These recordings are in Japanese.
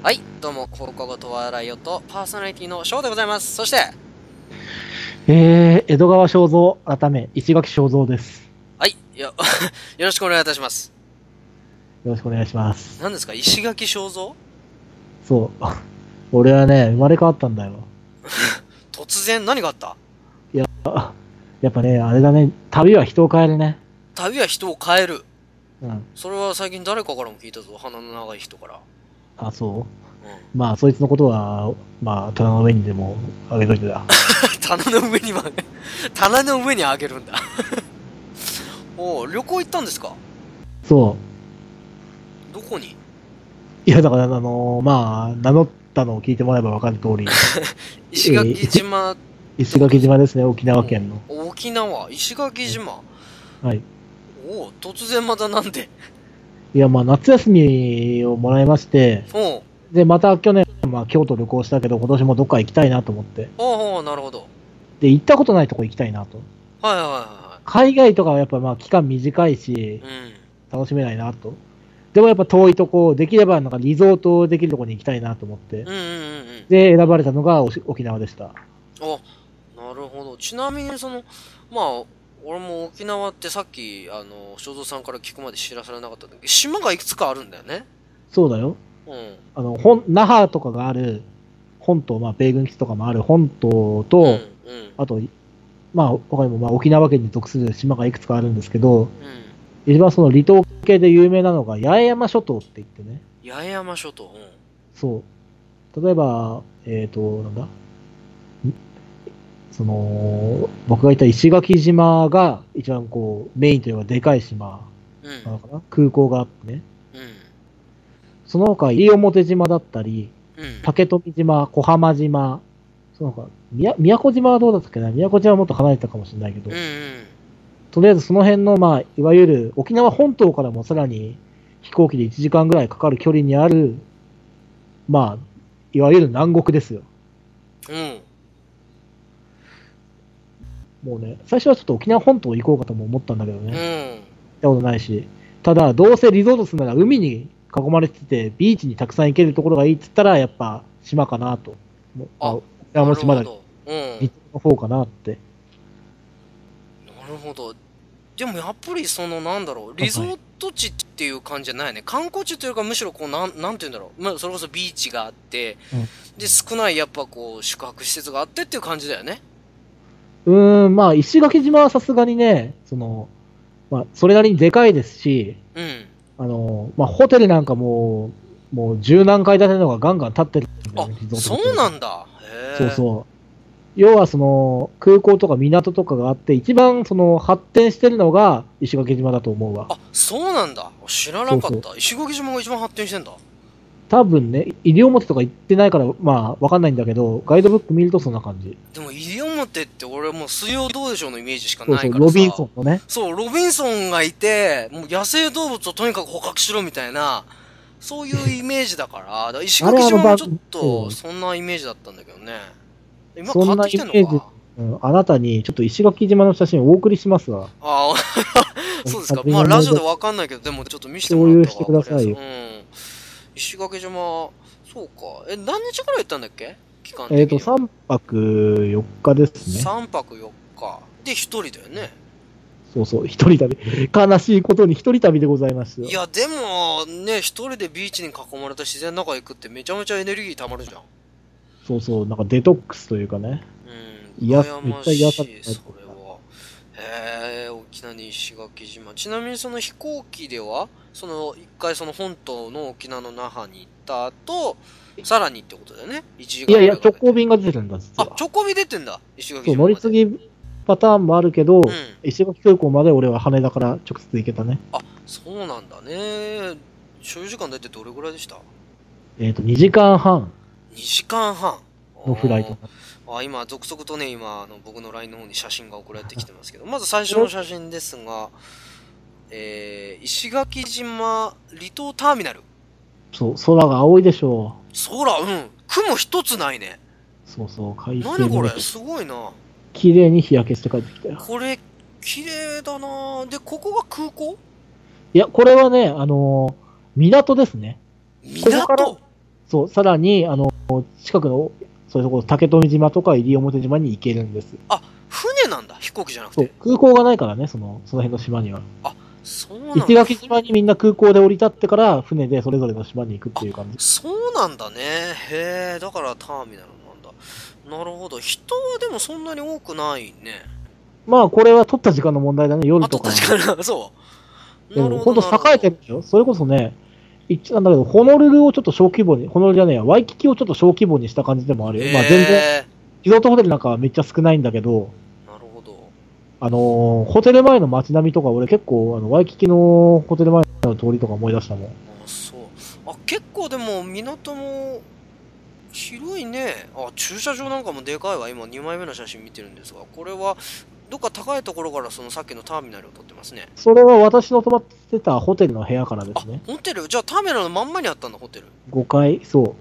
はい、どうも、放課後トワイライオットパーソナリティのショーでございます。そして、 江戸川正蔵、改め、石垣正蔵です。 はい、よろしくお願いいたします。 よろしくお願いします。 何ですか、石垣正蔵？ そう。俺はね、生まれ変わったんだよ。 突然何があった？ いや、やっぱね、あれだね、旅は人を変えるね。 旅は人を変える。 うん。 それは最近誰かからも聞いたぞ、鼻の長い人から。 あ、そうん。 う。まあ、そいつのことは、まあ、棚の上にでもあげといてだ。 棚の上に棚の上にあげるんだ。おう、旅行行ったんですか？ そどこに？ う。いや、だから、まあ、名乗ったのを聞いてもらえば分かる通り、 石垣島。 石垣島ですね、沖縄県の。 沖縄、石垣島。 はい。 おう、突然またなんで？ いや、まあ、夏休みをもらいまして、 おう、 で、また去年、まあ、京都旅行したけど、今年もどっか行きたいなと思って。 おう、なるほど。 で、行ったことないとこ行きたいなと。 はいはいは海外とかはやっぱまあ期間短いし、 いはい。うん。 楽しめないなと。でもやっぱ遠いとこ、できればなんかリゾートできるとこに行きたいなと思って。 うんうんうんうん。 で、選ばれたのが沖縄でした。 あ、なるほど。ちなみにまあ、俺も沖縄ってさっき、正蔵さんから聞くまで知らされなかったんだけど、島がいくつかあるんだよね。 そうだよ。 うん。 那覇とかがある、本島、まあ、米軍基地とかもある本島うん、うと、 ん、 あと、まあ、他にもまあ沖縄県に属する島がいくつかあるんですけど、 うん。 一番その離島系で有名なのが八重山諸島って言ってね。 八重山諸島。 そう。例えば、なんだ僕がいた石垣島が一番こう、メインというかでかい島うん、うん、 なのかな、空港があってね。 うその他、西表島だったり、 ん、うん。 竹富島、小浜島、その他、宮古島はどうだったっけな、宮古島はもっと離れてたかもしれないけど、 うん、うん。 とりあえずその辺の、まあ、いわゆる沖縄本島からもさらに飛行機で1時間ぐらいかかる距離にある、まあ、いわゆる南国ですよ。 うん。 もうね、最初はちょっと沖縄本島行こうかとも思ったんだけどね。 うん。 たことないし、ただ、どうせリゾートするなら海に囲まれてて、ビーチにたくさん行けるところがいいって言ったら、やっぱ島かなと。まあ、 あ、 沖縄なの島だけど、 るほど。うん。 離島の方かなって。 なるほど。でもやっぱりなんだろう、リゾはい。 ート地っていう感じじゃないね。観光地というか、むしろなんて言うんだろう。まあ、それこそビーチがあって、 うん。 で、少ないやっぱ宿泊施設があってっていう感じだよね。 まあ、石垣島はさすがにね、まあ、それなりにでかいですし、 うん。 まあ、ホテルなんかもう十何階建てのがガンガン建ってるんだよあ、 ね、リゾートホテそうルが。 なんだ。へえ。 そうそう。要は空港とか港とかがあって、一番発展してるのが石垣島だと思うわ。 あ、そうなんだ。知らなそうそう。 かった。石垣島が一番発展してんだ。 多分ね、西表とか行ってないから、まあ、わかんないんだけど、ガイドブック見るとそんな感じ。 でも、西表って俺もう水曜どうでしょうのイメージしかそうそう、 ないからさ。 ロビンソンのね。 そう、ロビンソンがいて、もう野生動物をとにかく捕獲しろみたいな、そういうイメージだから、だから石あれ垣島もちょっと、 そう、 そんなイメージだったんだけどね。今変そんなわってきイメージ、 てんのか？ うん、あなたにちょっと石垣島の写真をお送りしますわ。 ああ、そうですか。まあ、 旅の思い出ラジオでわかんないけど、でもちょっと見せてもらった方共有してがわかりやすい。 くださいよ。 うん。石垣島、そうか。何日くらい行ったんだっけ？期間的には。 3泊4日ですね。 3泊4日。で、1人だよね。 そうそう、一人旅。悲しいことに一人旅でございますよ。 いや、でも、ね、一人でビーチに囲まれた自然の中行くってめちゃめちゃエネルギー溜まるじゃん。 そうそう、なんかデトックスというかね。 うん、羨めっまちゃ癒されしい、 た。 それは。へえ、沖縄に石垣島。ちなみにその飛行機では、一回本島の沖縄の那覇に行った後、さらにってことだよね。1時いやいや、 間ぐらいかけて。 直行便が出てるんだ、実あ、 は。 直行便出てんだ。石垣そう、 島まで。 乗り継ぎパターンもあるけど、 うん。 石垣空港まで俺は羽田から直接行けたね。 あ、そうなんだね。所要時間だってどれぐらいでした？ 2時間半 2 時間半。 のフライト。 今、続々とね、今、僕の LINE の方に写真が送られてきてますけど、まず最初の写真ですが、石垣島離島ターミナル。 そう、空が青いでしょ空、うん。雲一つないね。 う。そうそう、海何これ水もすごいな。 綺麗に日焼けして帰ってきたよ。 これ、綺麗だな。で、ここが空港？ いや、これはね、港ですね。ここから、 港？ そう、さらに、近くの、そういうところ、竹富島とか西表島に行けるんです。 あ、船なんだ。飛行機じゃなくそう、 て。 空港がないからね、その辺の島には。 あ、そうなんだ。 石垣島にみんな空港で降り立ってから、船でそれぞれの島に行くっていう感じ。 そうなんだね。へえ、だからターミナルなんだ。なるほど。人はでもそんなに多くないね。 まあ、これは取った時間の問題だね、夜あととか。 確かに、そう。 でも、 なるほど、 ほんと栄えなるほど。 てるんだよ。それこそね、一なんだけど、ホノルルをちょっと小規模に、ホノルルじゃねえや、ワイキキをちょっと小規模にした感じでもあるよ。まあ、全然、 へえ、 リゾートホテルなんかはめっちゃ少ないんだけど、 なるほど。 ホテル前の街並みとか、俺結構、ワイキキのホテル前の通りとか思い出したもん。 あ、そう。あ、結構でも港も広いね。あ、駐車場なんかもでかいわ。今2枚目の写真見てるんですが、これはどっか高いところからそのさっきのターミナルを撮ってますね。 それは私の泊まってたホテルの部屋からであ、 すね。 ホテルじゃあターミナルのまんまにあったんだ、ホテル。 5階、そう。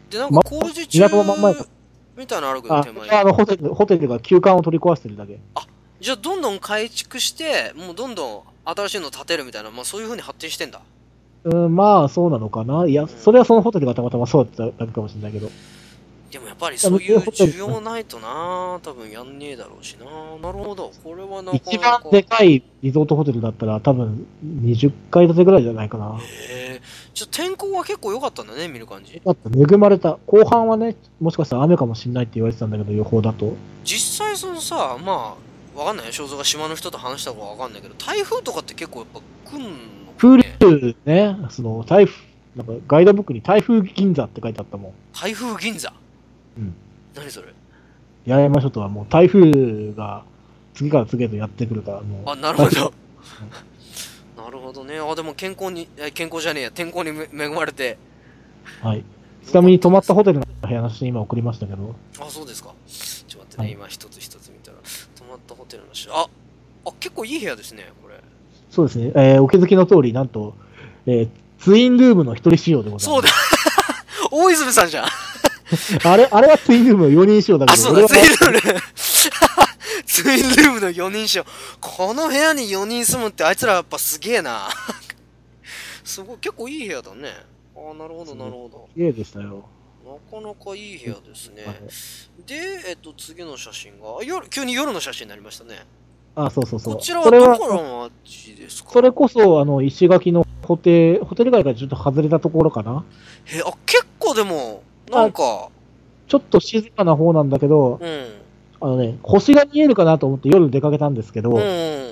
で、なんか工事中港のまんまやった。 みたいなのあるけど、 あ、 手前に。 ホテルが休館を取り壊してるだけ。 あ、じゃあどんどん改築して、もうどんどん新しいの建てるみたいな、まあそういう風に発展してんだ。 うん、まあ、そうなのかな。いや、 うん。 それはそのホテルがたまたまそうだっただけかもしれないけど。 でもやっぱりいや、 そういうホテル、 需要ないとな、多分やんねえだろうしな。なるほど。これはなか一番なか。 でかいリゾートホテルだったら多分20階建てぐらいじゃないかな。 へえ。天候は結構良かったんだね、見る感じ。 だって恵まれた。後半はね、もしかしたら雨かもしれないって言われてたんだけど、予報だと。 実際そのさ、まあ、わかんないよ。肖像が島の人と話したかわかんないけど、台風とかって結構やっぱ来んのかプね。 ールね、台風、なんかガイドブックに台風銀座って書いてあったもん。 台風銀座。 うん。 何それ。 八重山諸島はもう台風が次から次へとやってくるから、もう。 あ、なるほど。なるほどね。あ、でも健康に、健康じゃねえや。天候に恵まれて。 はい。ちなみに泊まったホテルの部屋の写真今送りましたけど。 あ、そうですか。ちょっと待ってね、 はい、 今一つ一つ見たら。泊まったホテルのあ、結構いい部屋ですね、これ。 そうですね。お気づきの通り、なんと、ツインルームの一人仕様でございそうだ。 ます。 大泉さんじゃん。 あれはツインルームの4人仕様だけあ、 ど、 そうだ、 俺はツインルーム。ツインルームの4人しよう。この部屋に4人住むってあいつらやっぱすげえな。すごい、結構いい部屋だね。あ、なるほど、なるほど。 綺麗でしたよ。 なかなかいい部屋ですね。 はい、 で、次の写真が、急に夜の写真になりましたね。 あ、そうそうそう。 こちらはどこの街ですか？ それこそ、石垣のホテル街からちょっと外れたところかな。 結構でも、なんか、 ちょっと静かな方なんだけど、 うん。 星が見えるかなと思って夜出かけたんですけど、 うん。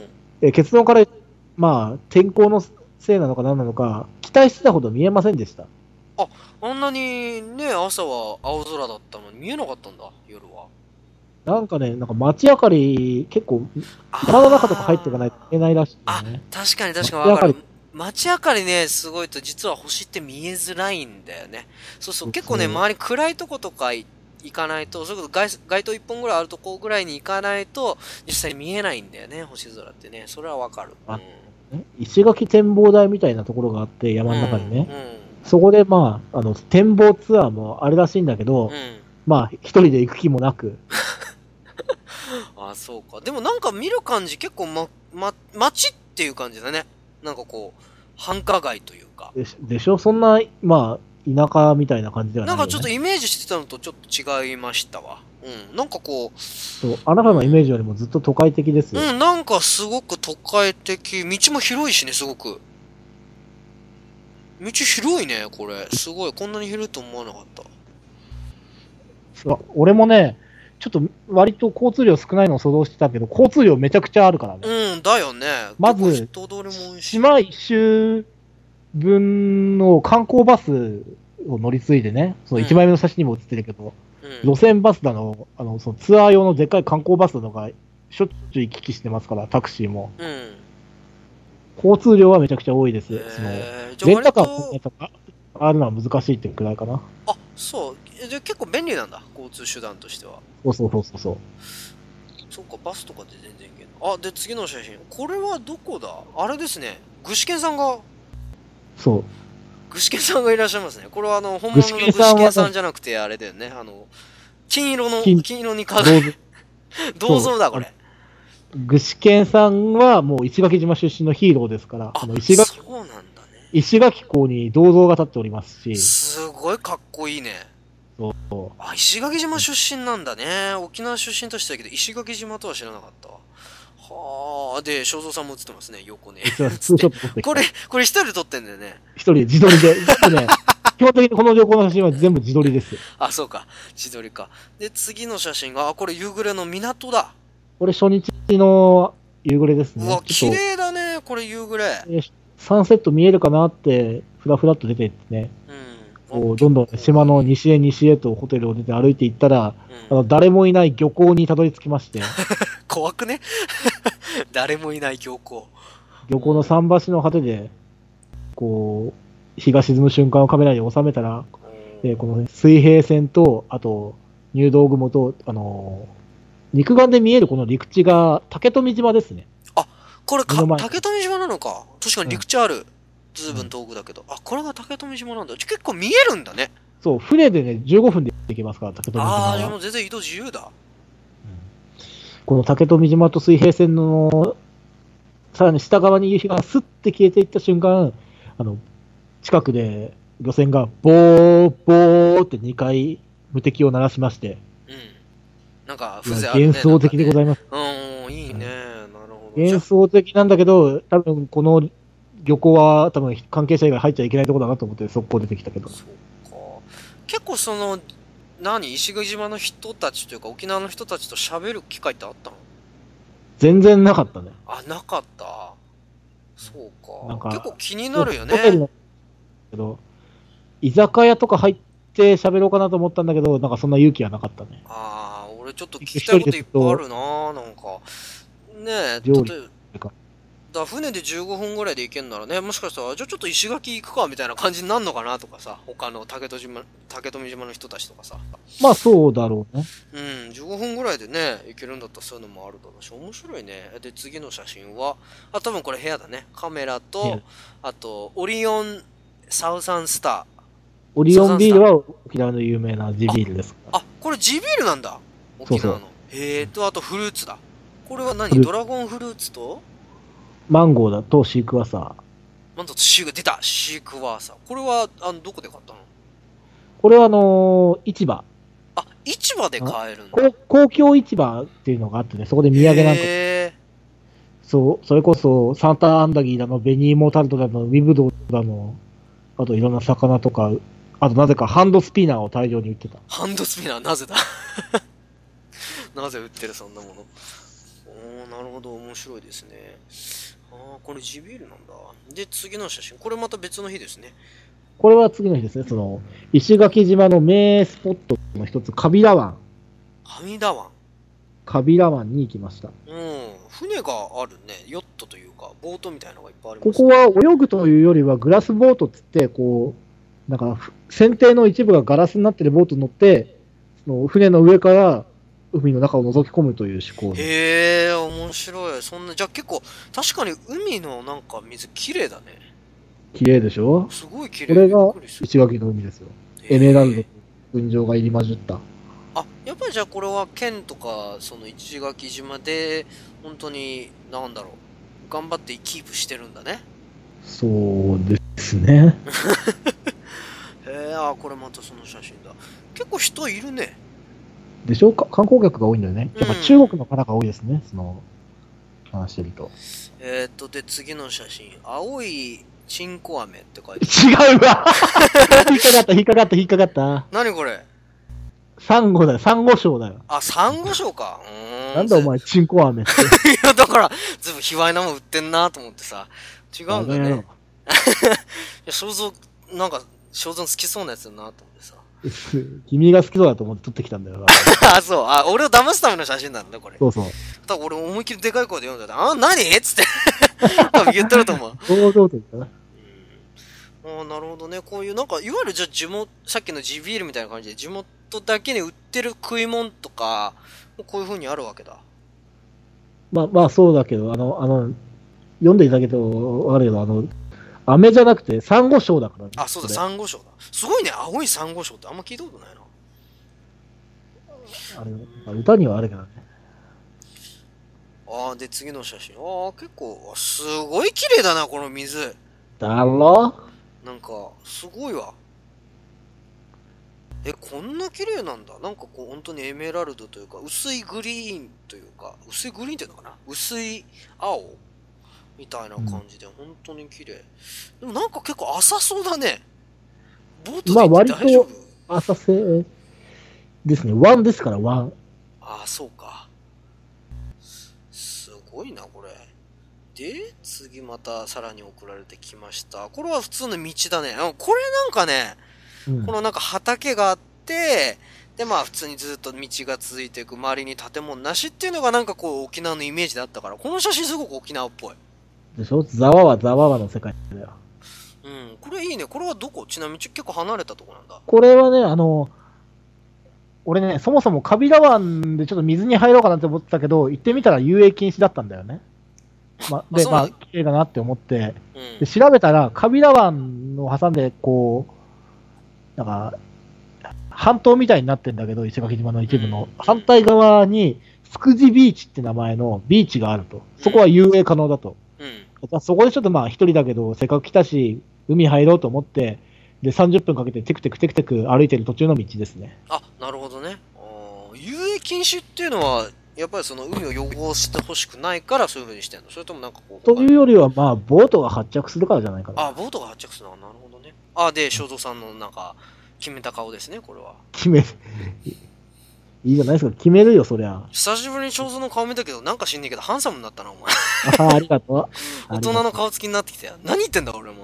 結論から、まあ、天候のせいなのか何なのか、期待してたほど見えませんでした。 あんなにね、朝は青空だったのに見えなかったんだ、夜は。 なんかね、なんか街明かり、結構、山の中とか入っていかないと見えないらしいあ、 ね。 確かにわかる。街明かりね、すごいと実は星って見えづらいんだよね。そうそう、結構ね、周り暗いとことか行かないと、それこそ街灯1本ぐらいあるとこぐらいに行かないと、実際に見えないんだよね、星空ってね。それはわかる。 石垣展望台みたいなところがあって、山の中にね。 うん。 そこで、まあ、展望ツアーもあるらしいんだけど、 うん。 まあ、一人で行く気もなく。 あ、そうか。でもなんか見る感じ結構街っていう感じだね。なんかこう、繁華街というか。 でしょそんな、まあ、田舎みたいな感じではないよね。 なんかちょっとイメージしてたのとちょっと違いましたわ。うん。なんかこう。 そう、あなたのイメージよりもずっと都会的ですよ。 うん、なんかすごく都会的。道も広いしね、すごく。道広いね、これ。すごい。こんなに広いと思わなかった。 俺もね、ちょっと割と交通量少ないのを想像してたけど、交通量めちゃくちゃあるからね。 うん、だよね。 まず、島一周分の観光バスを乗り継いでね、その1枚目の写真にも写ってるけど、路線バスだの、そのツアー用のでっかい観光バスとかしょっちゅう行き来してますから、タクシーも。 うん。 交通量はめちゃくちゃ多いです。レンタカーとあるのは難しいってくらいかな。 あ、そう。じゃ結構便利なんだ、交通手段としては。 そう。 そうか、バスとかで全然いけんの。あ、で、次の写真。これはどこだ？あれですね。具志堅さんが。 そう。 具志堅さんがいらっしゃいますね。これは本物の具志堅さんじゃなくて、あれだよね。金色に輝く。銅像だ、これ。 具志堅さんはもう石垣島出身のヒーローですから、 石垣。そうなんだね。 石垣港に銅像が立っておりますし。 すごいかっこいいね。 そう。 あ、石垣島出身なんだね。沖縄出身としてだけど、石垣島とは知らなかったわ。はあ、で、正蔵さんも映ってますね、横ね。 ツーショット撮ってきた。 これ一人で撮ってんだよね。 一人で自撮りで。ね、基本的にこの旅行の写真は全部自撮りです。 あ、そうか。自撮りか。で、次の写真が、あ、これ夕暮れの港だ。 これ初日の夕暮れですね。 うわ、綺麗だね、これ夕暮れ。 サンセット見えるかなって、ふらふらっと出ていってね。 うん。 こうどんどん島の西へ西へとホテルを出て歩いていったら、誰もいない漁港にたどり着きまして。 怖くね誰もいない漁港。 漁港の桟橋の果てで、こう、日が沈む瞬間をカメラに収めたら、この、ね、水平線と、あと、入道雲と、肉眼で見えるこの陸地が竹富島ですね。 あ、これ竹富島なのか。確かに陸地ある。ずいぶん遠くだけど。あ、これが竹富島なんだ。結構見えるんだね。 そう、船でね、15分で行けますから、竹富島は。 ああ、でも全然移動自由だ。 この竹富島と水平線の、さらに下側に夕日がスッて消えていった瞬間、近くで漁船がボー、ボーって2回無敵を鳴らしまして。 うん。なんか、風情あるね。 幻想的でございます。 いいね。なるほど。 幻想的なんだけど、多分この漁港は多分関係者以外入っちゃいけないところだなと思って速攻出てきたけど。 そうか。結構石垣島の人たちというか沖縄の人たちと喋る機会ってあったの？ 全然なかったね。 あ、なかった。そうか。 なんか結構気になるよね。 ホテルのけど、居酒屋とか入って喋ろうかなと思ったんだけど、なんかそんな勇気はなかったね。 ああ、俺ちょっと聞きたいこといっぱいあるな、なんか。ねえ、例えば。船で15分ぐらいで行けんならね、もしかしたら、じゃあちょっと石垣行くかみたいな感じになるのかなとかさ、他の竹富島の人たちとかさ。 まあそうだろうね。 うん、15分ぐらいでね、行けるんだったらそういうのもあるだろうし、面白いね。で、次の写真は、多分これ部屋だね。カメラと、あと、オリオンサウサンスター。 オリオンビールは沖縄の有名な地ビールです。 あ、これ地ビールなんだ。沖縄の。あとフルーツだ。これは何？ドラゴンフルーツとマンゴーだとシークワーサー。 なんだとシークワーサー。これは、どこで買ったの？ これは市場。 あ、市場で買えるんだ。 公共市場っていうのがあってね、そこで土産なんか。そう、それこそサンタアンダギーだの、ベニーモタルトだの、海ぶどうだの、あといろんな魚とか、あとなぜかハンドスピナーを大量に売ってた。 ハンドスピナーなぜだなぜ売ってるそんなもの。なるほど、面白いですね。これ地ビールなんだ。で、次の写真。これまた別の日ですね。 これは次の日ですね。石垣島の名スポットの一つ、カビラ湾。カビラ湾に行きました。 船があるね。ヨットというか、ボートみたいなのがいっぱいありますね。ここは泳ぐというよりは、グラスボートっつって、なんか、船底の一部がガラスになってるボートに乗って、船の上から海の中を覗き込むという趣向。 へえ、面白い。じゃあ結構、確かに海のなんか水綺麗だね。 綺麗でしょ？ すごい綺麗。 これが石垣の海ですよ。エメラルドと群青が入り混じった。 あ、やっぱりじゃあこれは県とか、石垣島で、本当に、なんだろう、頑張ってキープしてるんだね。 そうですね。 これまたその写真だ。結構人いるね。 でしょうか？観光客が多いんだよね。やっぱ中国の方が多いですね、話してると。 で、次の写真。青いチンコ飴って書いてある。違うわ引っかかった。 何これ？ サンゴだよ、サンゴ礁だよ。 あ、サンゴ礁か。 なんだお前、チンコ飴って。 いや、だから、ずいぶん卑猥なもん売ってんなと思ってさ。違うんだよね。いや、想像好きそうなやつだなと思ってさ。 君が好きそうだと思って撮ってきたんだよ。 あ、そう。俺を騙すための写真なんだ、これ。 そうそう。 多分俺思いっきりでかい声で読んだら、何っつって多分言ってると思う。 そう言ったな。 なるほどね。こういう、なんか、いわゆるじゃあさっきの地ビールみたいな感じで、地元だけに売ってる食い物とか、こういう風にあるわけだ。 まあ、そうだけど、読んでいただけど、わかるけど、飴じゃなくて、サンゴ礁だからね。 あ、そうだ、サンゴ礁だ。すごいね、青いサンゴ礁ってあんま聞いたことないな。歌にはあるけどね。 で、次の写真。結構、すごい綺麗だな、この水。 だろ？ なんか、すごいわ。こんな綺麗なんだ。なんかこう、本当にエメラルドというか、薄いグリーンというか、薄いグリーンっていうのかな、薄い青みたいな感じで、本当に綺麗。でもなんか結構浅そうだね。ボートで行って大丈夫？ まあ割と浅瀬ですね。ワンですから、ワン。 ああ、そうか。すごいな、これ。で、次またさらに送られてきました。これは普通の道だね。これなんかね、このなんか畑があって、でまあ普通にずっと道が続いていく、周りに建物なしっていうのがなんかこう沖縄のイメージだったから、この写真すごく沖縄っぽい。 でしょ？ザワはザワワの世界だよ。 うん、これいいね。これはどこ？ちなみに結構離れたとこなんだ。 これはね、俺ね、そもそもカビラ湾でちょっと水に入ろうかなって思ってたけど、行ってみたら遊泳禁止だったんだよね。で、まあ、綺麗だなって思って、で調べたら、カビラ湾を挟んで、こう、なんか、半島みたいになってんだけど、石垣島の一部の。反対側に、スクジビーチって名前のビーチがあると。そこは遊泳可能だと。そこでちょっとまあ一人だけど、せっかく来たし、海入ろうと思って、で、30分かけてテクテクテクテク歩いてる途中の道ですね。 あ、なるほどね。遊泳禁止っていうのは、やっぱりその海を汚してほしくないからそういう風にしてんの？それともなんかこう。 というよりは、まあ、ボートが発着するからじゃないかな。 あ、ボートが発着するの？なるほどね。で、正蔵さんのなんか、決めた顔ですね、これは。 決める。いいじゃないですか。決めるよ、そりゃ。 久しぶりに正蔵の顔見たけど、なんか知んねえけど、ハンサムになったな、お前。 ありがとう。大人の顔つきになってきたよ。何言ってんだ、俺も。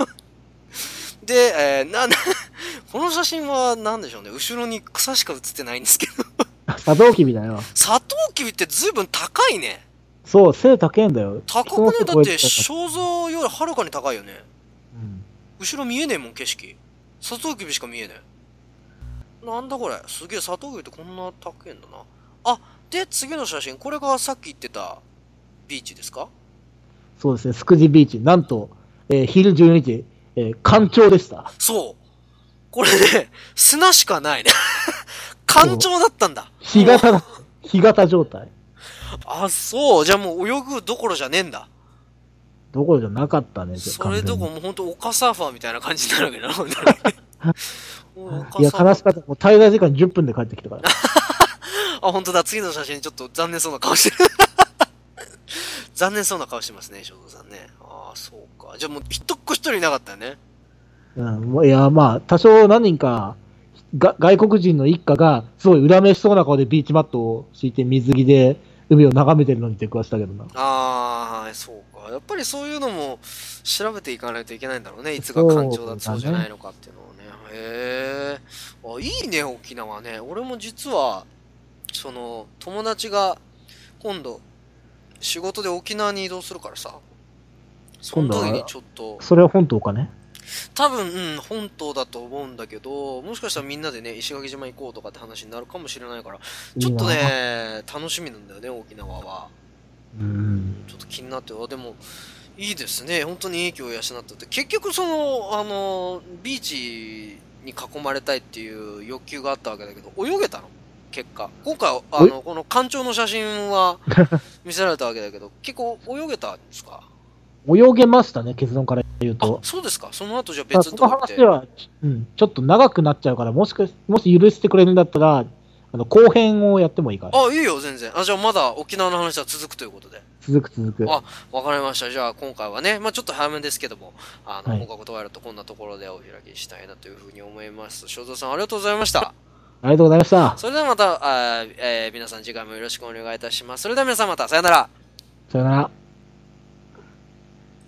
で、この写真は何でしょうね。後ろに草しか写ってないんですけど。 サトウキビだよ。 サトウキビって随分高いね。 そう、背高いんだよ。 高くね？だって、肖像よりはるかに高いよね。後ろ見えねえもん、景色。サトウキビしか見えねえ。なんだこれ。すげえ、サトウキビってこんな高いんだな。で、次の写真。これがさっき言ってたビーチですか？ そうですね、スクジビーチ。なんと、昼12時、干潮でした。 そう。これね、砂しかないね。干潮だったんだ。 干潟状態。 そう。じゃあもう泳ぐどころじゃねえんだ。 どころじゃなかったね。 それどころもうほんと丘サーファーみたいな感じになるわけだな。 いや、悲しかった。もう滞在時間10分で帰ってきたから。 ほんとだ。次の写真ちょっと残念そうな顔してる。残念そうな顔してますね、正蔵さんね。そうか。じゃあもう一人いなかったよね。 いや、まあ、多少何人か、外国人の一家が、すごい恨めしそうな顔でビーチマットを敷いて水着で海を眺めてるのに出くわしたけどな。 そうか。やっぱりそういうのも調べていかないといけないんだろうね。いつが干潮だってそうじゃないのかっていうのをね。へえ。いいね、沖縄ね。俺も実は、友達が今度、仕事で沖縄に移動するからさ。その時にちょっと。 それは本当かね？ 多分、本島だと思うんだけど、もしかしたらみんなでね、石垣島行こうとかって話になるかもしれないから、ちょっとね、楽しみなんだよね、沖縄は。ちょっと気になってでも、いいですね。本当に影響を養ったって。結局ビーチに囲まれたいっていう欲求があったわけだけど、泳げたの？結果。今回、この干潮の写真は見せられたわけだけど、結構泳げたんですか？ 泳げましたね、結論から言うと。 そうですか。その後じゃ別のとこ行って。その話は、ちょっと長くなっちゃうから、もし許してくれるんだったら、後編をやってもいいから。 いいよ、全然。じゃあまだ沖縄の話は続くということで。 続く。 わかりました。じゃあ今回はね、ちょっと早めですけども、今回断るとこんなところでお開きしたいなというふうに思います。正蔵さんありがとうございました。 ありがとうございました。 それではまた、皆さん次回もよろしくお願いいたします。それでは皆さんまた、さよなら。 さよなら。